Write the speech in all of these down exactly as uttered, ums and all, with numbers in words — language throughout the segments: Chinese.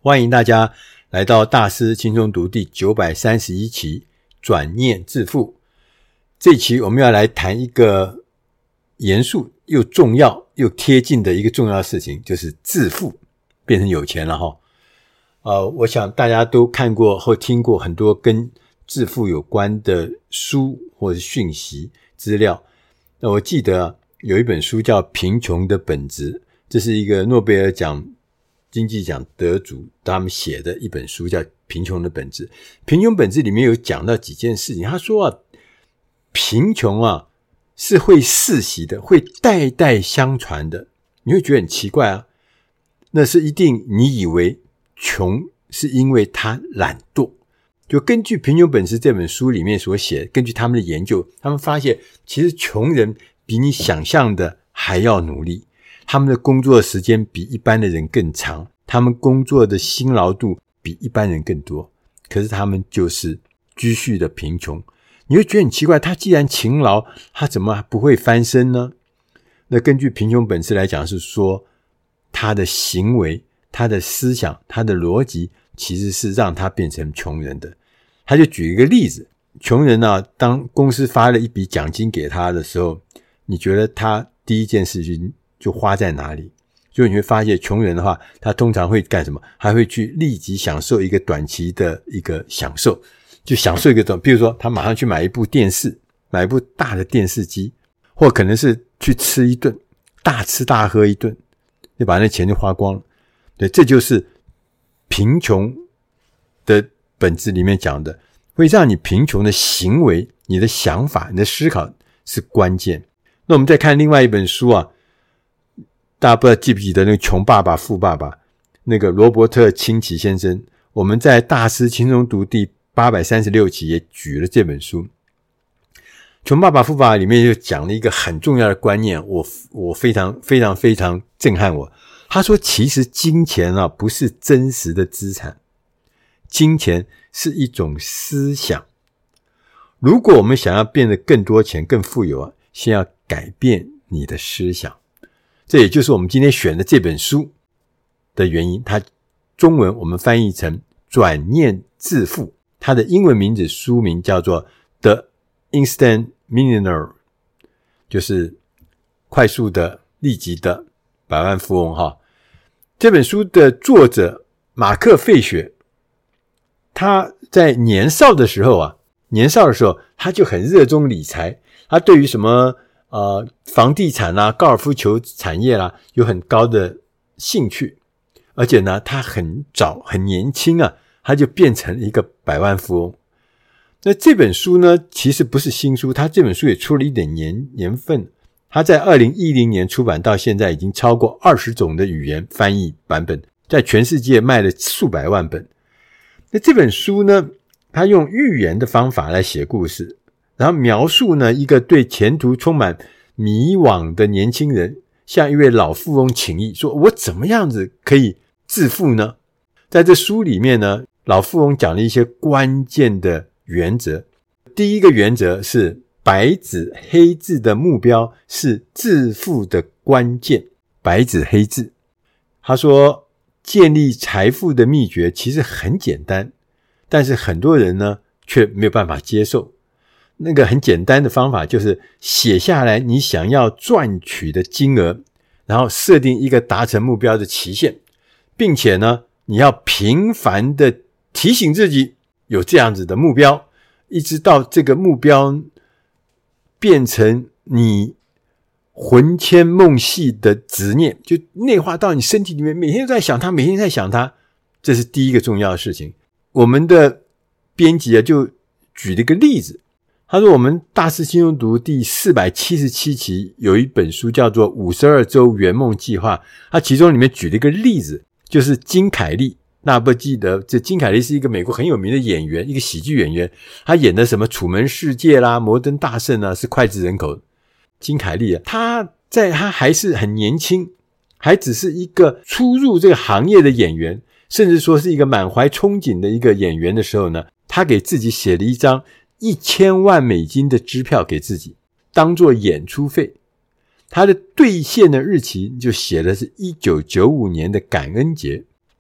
欢迎大家来到大师轻松读第九百三十一期转念致富。这一期我们要来谈一个严肃又重要又贴近的一个重要事情，就是致富，变成有钱了齁。呃，我想大家都看过或听过很多跟致富有关的书或者讯息资料。那我记得、啊、有一本书叫《贫穷的本质》，这是一个诺贝尔奖经济奖得主他们写的一本书，叫《贫穷的本质》。贫穷本质里面有讲到几件事情，他说啊，贫穷啊是会世袭的，会代代相传的。你会觉得很奇怪啊，那是一定你以为穷是因为他懒惰。就根据《贫穷本质》这本书里面所写，根据他们的研究，他们发现其实穷人比你想象的还要努力，他们的工作时间比一般的人更长，他们工作的辛劳度比一般人更多，可是他们就是继续的贫穷。你会觉得很奇怪，他既然勤劳，他怎么不会翻身呢？那根据贫穷本质来讲，是说他的行为、他的思想、他的逻辑其实是让他变成穷人的。他就举一个例子，穷人啊，当公司发了一笔奖金给他的时候，你觉得他第一件事情就花在哪里？就你会发现穷人的话，他通常会干什么？还会去立即享受一个短期的一个享受，就享受一个短，比如说他马上去买一部电视，买一部大的电视机，或可能是去吃一顿，大吃大喝一顿，就把那钱就花光了。对，这就是贫穷的本质里面讲的，会让你贫穷的行为、你的想法、你的思考是关键。那我们再看另外一本书啊，大家不知道记不记得那个穷爸爸富爸爸，那个罗伯特清崎先生，我们在大师轻松读第八百三十六期也举了这本书。穷爸爸富爸爸里面就讲了一个很重要的观念，我我非常非常非常震撼我。他说其实金钱啊不是真实的资产，金钱是一种思想。如果我们想要变得更多钱更富有啊，先要改变你的思想。这也就是我们今天选的这本书的原因，它中文我们翻译成转念致富，它的英文名字书名叫做 The Instant Millionaire， 就是快速的立即的百万富翁哈。这本书的作者马克·费雪，他在年少的时候啊，年少的时候他就很热衷理财，他对于什么呃房地产啦、高尔夫球产业啦有很高的兴趣，而且呢，他很早很年轻啊，他就变成一个百万富翁。那这本书呢，其实不是新书，他这本书也出了一点年年份。他在二零一零年出版，到现在已经超过二十种的语言翻译版本，在全世界卖了数百万本。那这本书呢，他用寓言的方法来写故事，然后描述呢一个对前途充满迷惘的年轻人向一位老富翁请益，说我怎么样子可以致富呢？在这书里面呢，老富翁讲了一些关键的原则。第一个原则是白纸黑字的目标是致富的关键，白纸黑字。他说建立财富的秘诀其实很简单，但是很多人呢却没有办法接受。那个很简单的方法就是写下来你想要赚取的金额，然后设定一个达成目标的期限，并且呢你要频繁的提醒自己有这样子的目标，一直到这个目标变成你魂牵梦系的执念，就内化到你身体里面，每天都在想它，每天在想它。这是第一个重要的事情。我们的编辑啊就举了一个例子，他说我们大师轻松读第四百七十七期有一本书叫做五十二周圆梦计划，他其中里面举了一个例子，就是金凯利。那不记得这金凯利是一个美国很有名的演员，一个喜剧演员，他演的什么楚门世界啦、摩登大圣啊，是脍炙人口。金凯利啊，他在他还是很年轻，还只是一个初入这个行业的演员，甚至说是一个满怀憧憬的一个演员的时候呢，他给自己写了一张一千万美金的支票给自己当做演出费。他的兑现的日期就写的是一九九五年的感恩节。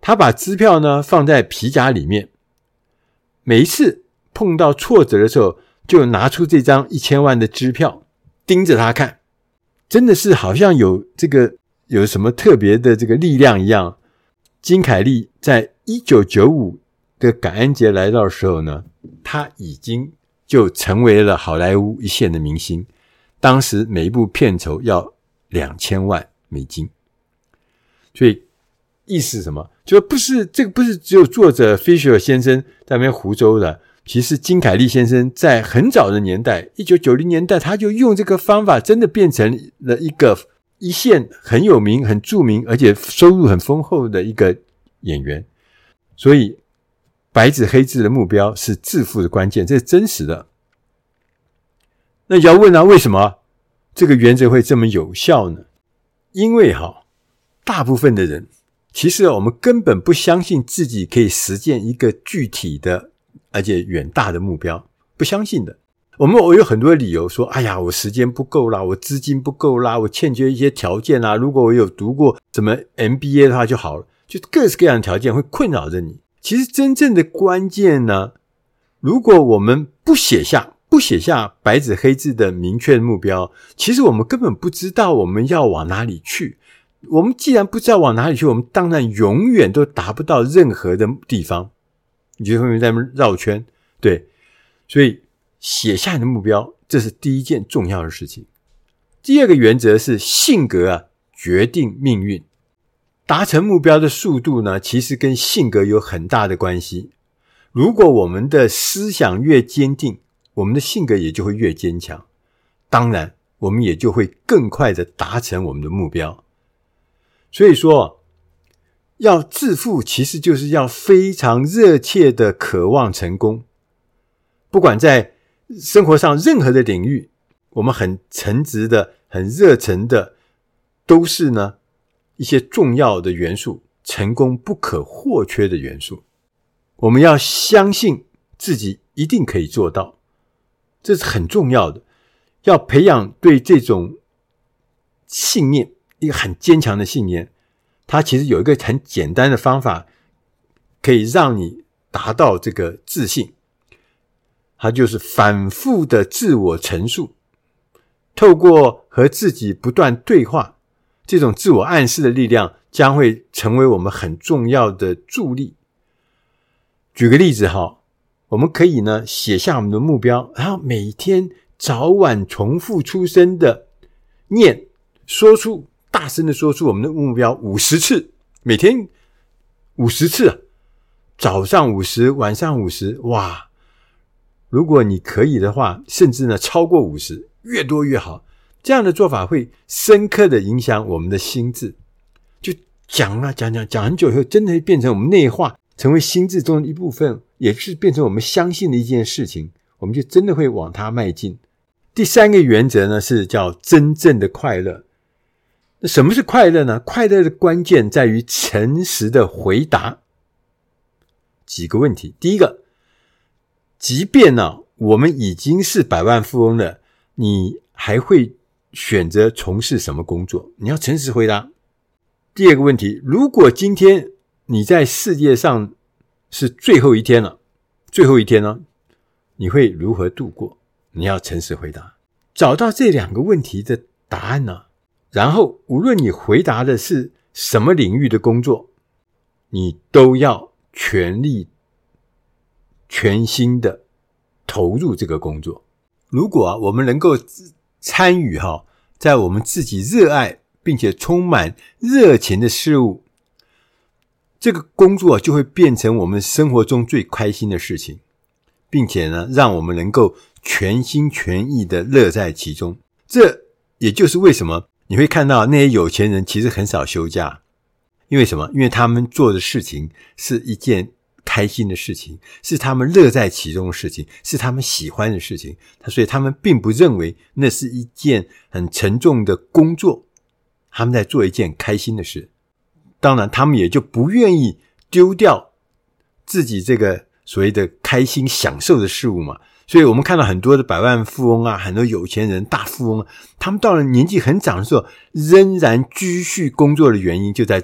他把支票呢放在皮夹里面，每一次碰到挫折的时候，就拿出这张一千万的支票，盯着他看，真的是好像有这个有什么特别的这个力量一样。金凯利在一九九五的感恩节来到的时候呢，他已经就成为了好莱坞一线的明星。当时每一部片酬要两千万美金，所以意思是什么？就不是这个不是只有作者 Fisher 先生在那边胡诌的，其实金凯利先生在很早的年代一九九零年代他就用这个方法，真的变成了一个一线很有名很著名而且收入很丰厚的一个演员。所以白纸黑字的目标是致富的关键，这是真实的。那你要问啊，为什么这个原则会这么有效呢？因为哈，大部分的人其实我们根本不相信自己可以实现一个具体的而且远大的目标，不相信的。我们我有很多理由说，哎呀，我时间不够啦，我资金不够啦，我欠缺一些条件啦，如果我有读过什么 M B A 的话就好了，就各式各样的条件会困扰着你。其实真正的关键呢，如果我们不写下不写下白纸黑字的明确的目标，其实我们根本不知道我们要往哪里去。我们既然不知道往哪里去，我们当然永远都达不到任何的地方，你就会在那边绕圈。对，所以写下你的目标，这是第一件重要的事情。第二个原则是性格啊决定命运。达成目标的速度呢，其实跟性格有很大的关系。如果我们的思想越坚定，我们的性格也就会越坚强，当然我们也就会更快的达成我们的目标。所以说要致富其实就是要非常热切的渴望成功，不管在生活上任何的领域，我们很诚实的很热忱的都是呢一些重要的元素，成功不可或缺的元素。我们要相信自己一定可以做到，这是很重要的。要培养对这种信念，一个很坚强的信念，它其实有一个很简单的方法可以让你达到这个自信，它就是反复的自我陈述，透过和自己不断对话，这种自我暗示的力量将会成为我们很重要的助力。举个例子哈，我们可以呢写下我们的目标，然后每天早晚重复出声的念，说出大声的说出我们的目标五十次，每天五十次，早上五十，晚上五十，哇！如果你可以的话，甚至呢超过五十，越多越好。这样的做法会深刻的影响我们的心智。就讲啊讲讲讲很久以后，真的会变成我们内化，成为心智中的一部分，也是变成我们相信的一件事情，我们就真的会往它迈进。第三个原则呢是叫真正的快乐。那什么是快乐呢？快乐的关键在于诚实的回答几个问题。第一个，即便呢、啊、我们已经是百万富翁了，你还会选择从事什么工作？你要诚实回答。第二个问题，如果今天你在世界上是最后一天了，最后一天呢，你会如何度过？你要诚实回答。找到这两个问题的答案呢，然后无论你回答的是什么领域的工作，你都要全力全心的投入这个工作。如果啊我们能够参与哈，在我们自己热爱并且充满热情的事物，这个工作就会变成我们生活中最开心的事情，并且呢让我们能够全心全意的乐在其中。这也就是为什么你会看到那些有钱人其实很少休假。因为什么？因为他们做的事情是一件开心的事情，是他们乐在其中的事情，是他们喜欢的事情，所以他们并不认为那是一件很沉重的工作，他们在做一件开心的事。当然他们也就不愿意丢掉自己这个所谓的开心享受的事物嘛。所以我们看到很多的百万富翁啊，很多有钱人大富翁啊，他们到了年纪很长的时候仍然继续工作的原因就在这，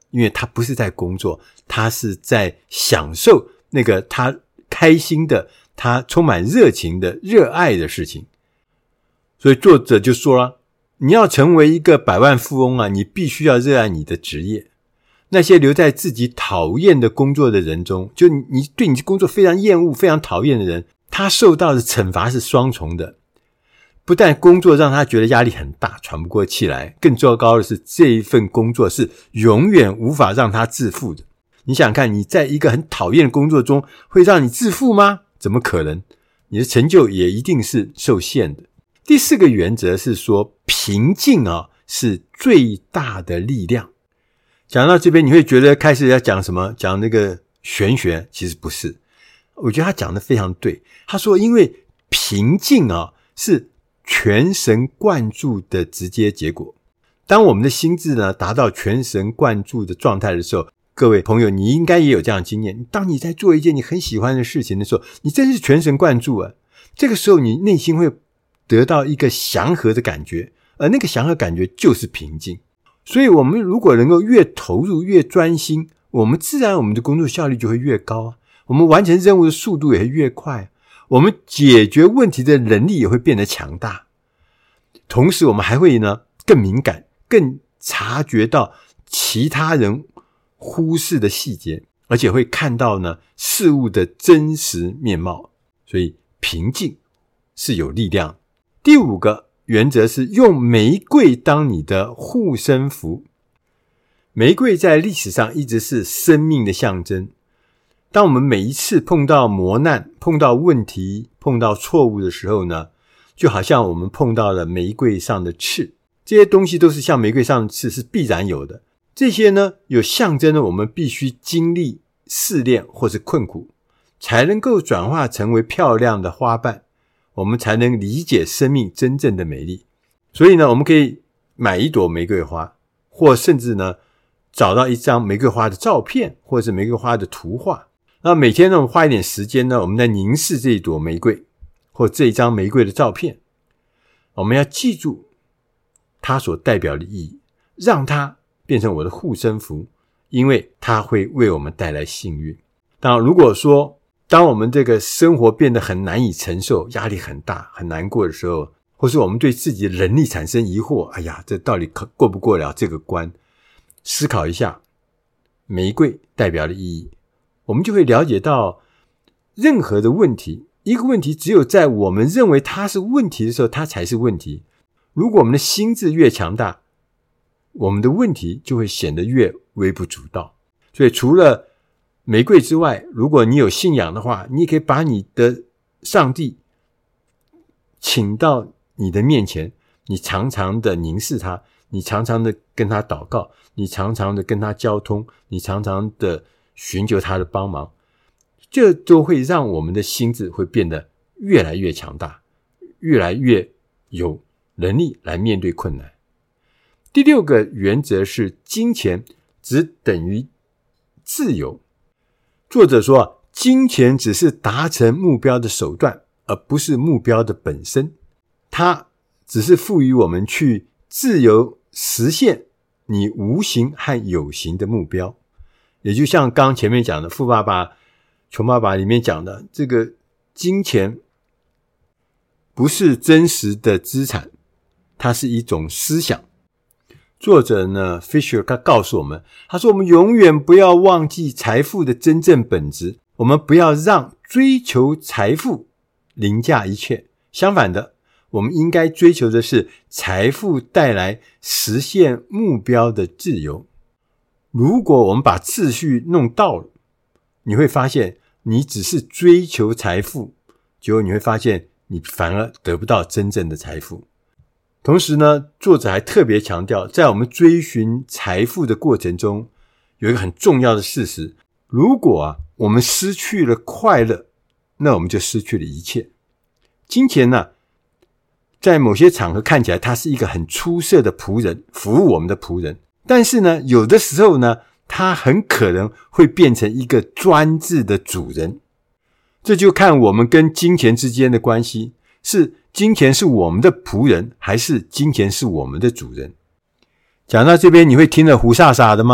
因为他不是在工作，他是在享受那个他开心的，他充满热情的热爱的事情。所以作者就说了，你要成为一个百万富翁啊，你必须要热爱你的职业。那些留在自己讨厌的工作的人中，就你对你工作非常厌恶非常讨厌的人，他受到的惩罚是双重的。不但工作让他觉得压力很大，喘不过气来，更糟糕的是这一份工作是永远无法让他致富的。你想想看，你在一个很讨厌的工作中会让你致富吗？怎么可能？你的成就也一定是受限的。第四个原则是说，平静啊是最大的力量。讲到这边你会觉得开始要讲什么？讲那个玄学，其实不是。我觉得他讲得非常对。他说因为平静啊是全神贯注的直接结果。当我们的心智呢达到全神贯注的状态的时候，各位朋友你应该也有这样的经验，当你在做一件你很喜欢的事情的时候，你真是全神贯注啊，这个时候你内心会得到一个祥和的感觉，而那个祥和感觉就是平静。所以我们如果能够越投入越专心，我们自然我们的工作效率就会越高啊，我们完成任务的速度也会越快，我们解决问题的能力也会变得强大。同时我们还会呢更敏感，更察觉到其他人忽视的细节，而且会看到呢事物的真实面貌。所以平静是有力量。第五个原则是用玫瑰当你的护身符。玫瑰在历史上一直是生命的象征。当我们每一次碰到磨难，碰到问题，碰到错误的时候呢，就好像我们碰到了玫瑰上的刺。这些东西都是像玫瑰上的刺，是必然有的。这些呢有象征了我们必须经历试炼或是困苦，才能够转化成为漂亮的花瓣，我们才能理解生命真正的美丽。所以呢我们可以买一朵玫瑰花，或甚至呢找到一张玫瑰花的照片，或者是玫瑰花的图画。那每天呢我们花一点时间呢，我们在凝视这一朵玫瑰或这一张玫瑰的照片，我们要记住它所代表的意义，让它变成我的护身符，因为它会为我们带来幸运。当然如果说当我们这个生活变得很难以承受，压力很大很难过的时候，或是我们对自己的能力产生疑惑，哎呀这到底过不过了这个关，思考一下玫瑰代表的意义，我们就会了解到任何的问题，一个问题只有在我们认为它是问题的时候它才是问题。如果我们的心智越强大，我们的问题就会显得越微不足道。所以除了玫瑰之外，如果你有信仰的话，你也可以把你的上帝请到你的面前，你常常的凝视他，你常常的跟他祷告，你常常的跟他交通，你常常的寻求他的帮忙，这都会让我们的心智会变得越来越强大，越来越有能力来面对困难。第六个原则是金钱只等于自由。作者说啊，金钱只是达成目标的手段，而不是目标的本身。它只是赋予我们去自由实现你无形和有形的目标。也就像刚前面讲的富爸爸穷爸爸里面讲的，这个金钱不是真实的资产，它是一种思想。作者呢 Fisher 他告诉我们，他说我们永远不要忘记财富的真正本质，我们不要让追求财富凌驾一切，相反的，我们应该追求的是财富带来实现目标的自由。如果我们把秩序弄到了，你会发现你只是追求财富，结果你会发现你反而得不到真正的财富。同时呢，作者还特别强调，在我们追寻财富的过程中，有一个很重要的事实，如果啊我们失去了快乐，那我们就失去了一切。金钱呢，在某些场合看起来它是一个很出色的仆人，服务我们的仆人，但是呢有的时候呢它很可能会变成一个专制的主人。这就看我们跟金钱之间的关系，是金钱是我们的仆人，还是金钱是我们的主人。讲到这边你会听得胡煞煞的吗？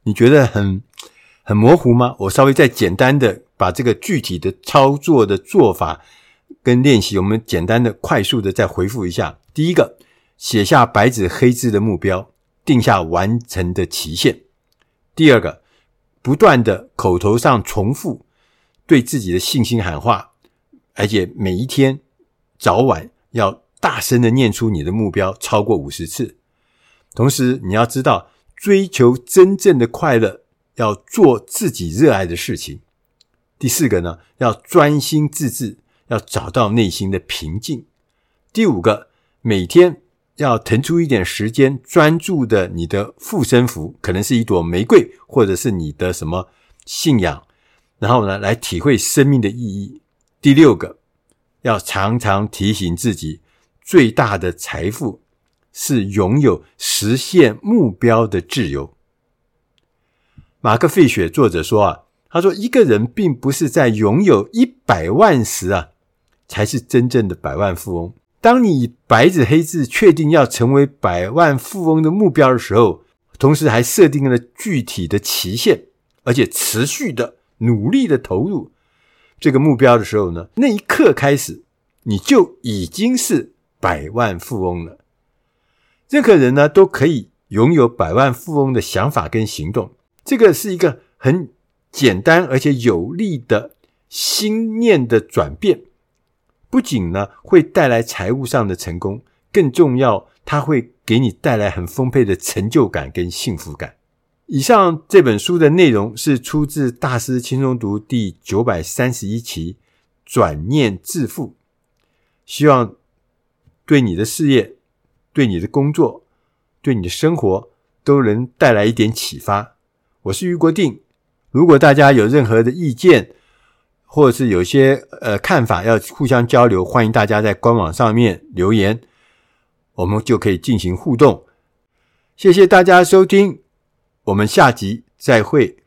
你觉得很很模糊吗？我稍微再简单的把这个具体的操作的做法跟练习，我们简单的快速的再回复一下。第一个，写下白纸黑字的目标，定下完成的期限。第二个，不断的口头上重复对自己的信心喊话，而且每一天早晚要大声的念出你的目标超过五十次。同时你要知道，追求真正的快乐，要做自己热爱的事情。第四个呢，要专心致志，要找到内心的平静。第五个，每天要腾出一点时间，专注的你的护身符，可能是一朵玫瑰，或者是你的什么信仰，然后呢，来体会生命的意义。第六个，要常常提醒自己，最大的财富是拥有实现目标的自由。马克·费雪作者说啊，他说一个人并不是在拥有一百万时啊，才是真正的百万富翁。当你以白纸黑字确定要成为百万富翁的目标的时候，同时还设定了具体的期限，而且持续的努力的投入这个目标的时候呢，那一刻开始，你就已经是百万富翁了。任何人呢，都可以拥有百万富翁的想法跟行动。这个是一个很简单而且有力的心念的转变，不仅呢会带来财务上的成功，更重要，它会给你带来很丰沛的成就感跟幸福感。以上这本书的内容是出自大师轻松读第九百三十一期转念致富，希望对你的事业，对你的工作，对你的生活都能带来一点启发。我是余国定，如果大家有任何的意见，或者是有些呃看法要互相交流，欢迎大家在官网上面留言，我们就可以进行互动。谢谢大家收听，我们下集再会。